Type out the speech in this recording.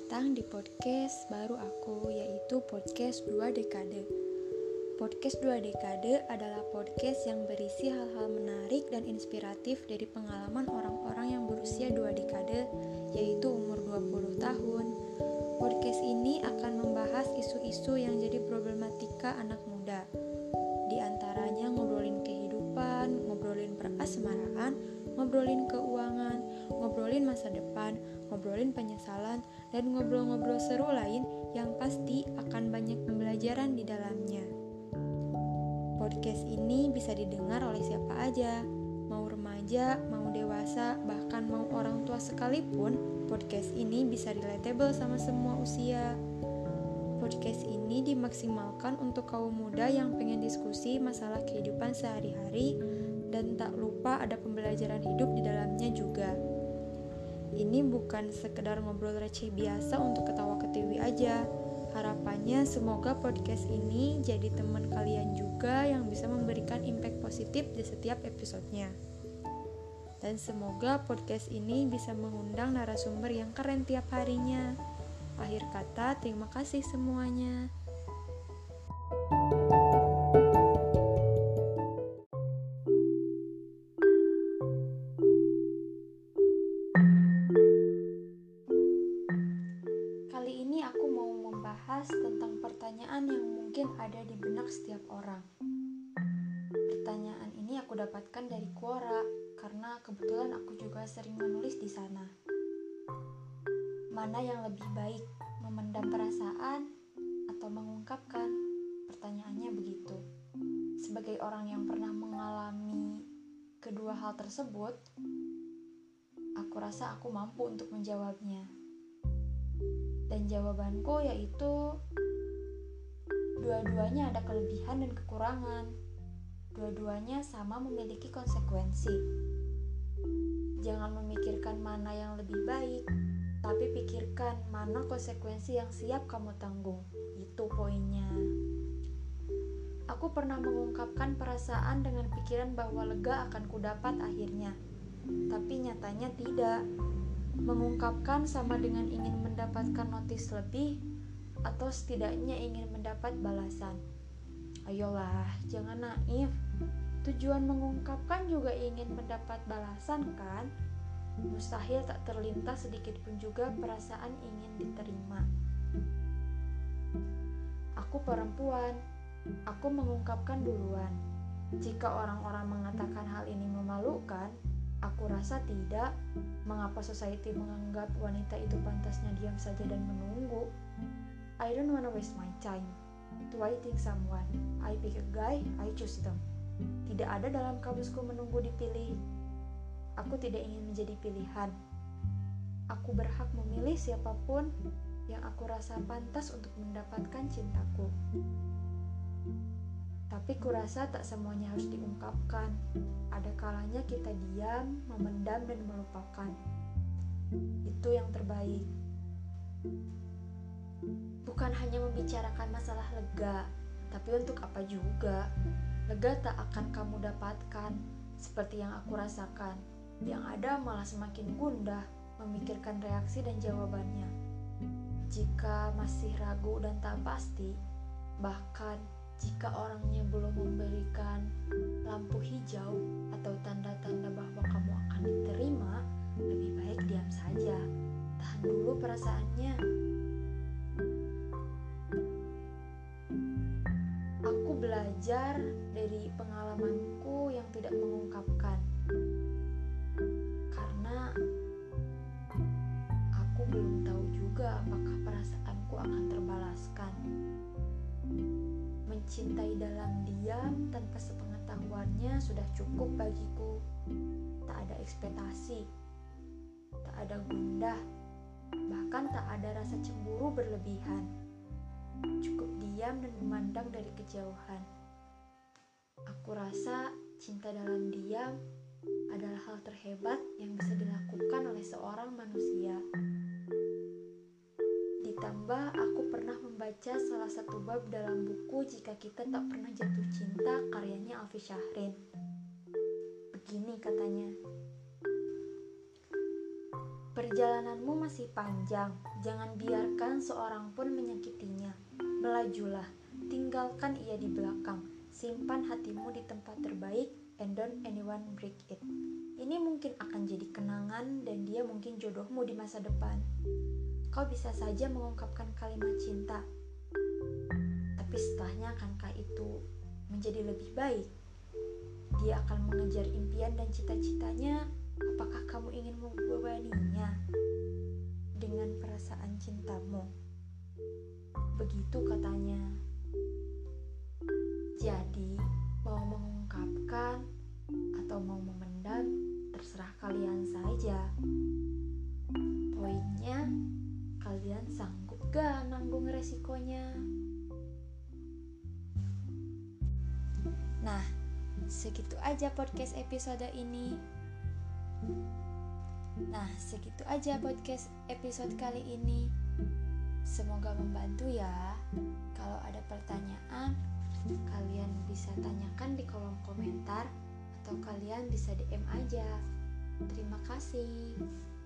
datang di podcast baru aku, yaitu podcast 2 Dekade. Podcast 2 Dekade adalah podcast yang berisi hal-hal menarik dan inspiratif dari pengalaman orang-orang yang berusia 2 dekade, yaitu umur 20 tahun. Podcast ini akan membahas isu-isu yang jadi problematika anak muda. Di antaranya ngobrolin kehidupan, ngobrolin perasmaraan, ngobrolin keuangan, ngobrolin masa depan, ngobrolin penyesalan, dan ngobrol-ngobrol seru lain yang pasti akan banyak pembelajaran di dalamnya. Podcast ini bisa didengar oleh siapa aja, mau remaja, mau dewasa, bahkan mau orang tua sekalipun. Podcast ini bisa relatable sama semua usia. Podcast ini dimaksimalkan untuk kaum muda yang pengen diskusi masalah kehidupan sehari-hari dan tak lupa ada pembelajaran hidup di dalamnya juga. Ini bukan sekedar ngobrol receh biasa untuk ketawa-ketiwi aja. Harapannya semoga podcast ini jadi teman kalian juga yang bisa memberikan impact positif di setiap episodenya. Dan semoga podcast ini bisa mengundang narasumber yang keren tiap harinya. Akhir kata, terima kasih semuanya. Kali ini aku mau membahas tentang pertanyaan yang mungkin ada di benak setiap orang. Pertanyaan ini aku dapatkan dari Quora karena kebetulan aku juga sering menulis di sana. Mana yang lebih baik, memendam perasaan atau mengungkapkan? Pertanyaannya begitu. Sebagai orang yang pernah mengalami kedua hal tersebut, aku rasa aku mampu untuk menjawabnya. Dan jawabanku yaitu dua-duanya ada kelebihan dan kekurangan. Dua-duanya sama memiliki konsekuensi. Jangan memikirkan mana yang lebih baik, tapi pikirkan mana konsekuensi yang siap kamu tanggung. Itu poinnya. Aku pernah mengungkapkan perasaan dengan pikiran bahwa lega akan kudapat akhirnya. Tapi nyatanya tidak. Mengungkapkan sama dengan ingin mendapatkan notis lebih atau setidaknya ingin mendapat balasan. Ayolah, jangan naif. Tujuan mengungkapkan juga ingin mendapat balasan kan? Mustahil tak terlintas sedikit pun juga perasaan ingin diterima. Aku perempuan. Aku mengungkapkan duluan. Jika orang-orang mengatakan hal ini memalukan, aku rasa tidak. Mengapa society menganggap wanita itu pantasnya diam saja dan menunggu? I don't wanna waste my time to waiting someone. I pick a guy, I choose them. Tidak ada dalam kamusku menunggu dipilih. Aku tidak ingin menjadi pilihan. Aku berhak memilih siapapun yang aku rasa pantas untuk mendapatkan cintaku. Tapi kurasa tak semuanya harus diungkapkan. Ada kalanya kita diam, memendam dan melupakan. Itu yang terbaik. Bukan hanya membicarakan masalah lega, tapi untuk apa juga? Lega tak akan kamu dapatkan seperti yang aku rasakan. Yang ada malah semakin gundah memikirkan reaksi dan jawabannya. Jika masih ragu dan tak pasti, bahkan jika orangnya belum memberikan lampu hijau atau tanda-tanda bahwa kamu akan diterima, lebih baik diam saja. Tahan dulu perasaannya. Aku belajar dari pengalamanku yang tidak mengungkapkan. Karena aku belum tahu juga apakah perasaanku akan terbalaskan. Mencintai dalam diam tanpa sepengetahuannya sudah cukup bagiku. Tak ada ekspektasi, tak ada gundah, bahkan tak ada rasa cemburu berlebihan. Cukup diam dan memandang dari kejauhan. Aku rasa cinta dalam diam adalah hal terhebat yang bisa dilakukan oleh seorang manusia. Ditambah aku pernah membaca salah satu bab dalam buku Jika Kita Tak Pernah Jatuh Cinta karyanya Alfi Syahrin. Begini katanya. Perjalananmu masih panjang, jangan biarkan seorang pun menyakitinya. Melajulah, tinggalkan ia di belakang, simpan hatimu di tempat terbaik, and don't anyone break it. Ini mungkin akan jadi kenangan dan dia mungkin jodohmu di masa depan. Kau bisa saja mengungkapkan kalimat cinta, tapi setelahnya akankah itu menjadi lebih baik? Dia akan mengejar impian dan cita-citanya. Apakah kamu ingin membebaninya dengan perasaan cintamu? Begitu katanya. Jadi, mau mengungkapkan atau mau memendam, terserah kalian saja. Poinnya, kalian sanggup gak nanggung resikonya? Nah, segitu aja podcast episode ini. Kali ini. Semoga membantu ya. Kalau ada pertanyaan, kalian bisa tanyakan di kolom komentar atau kalian bisa DM aja. Terima kasih.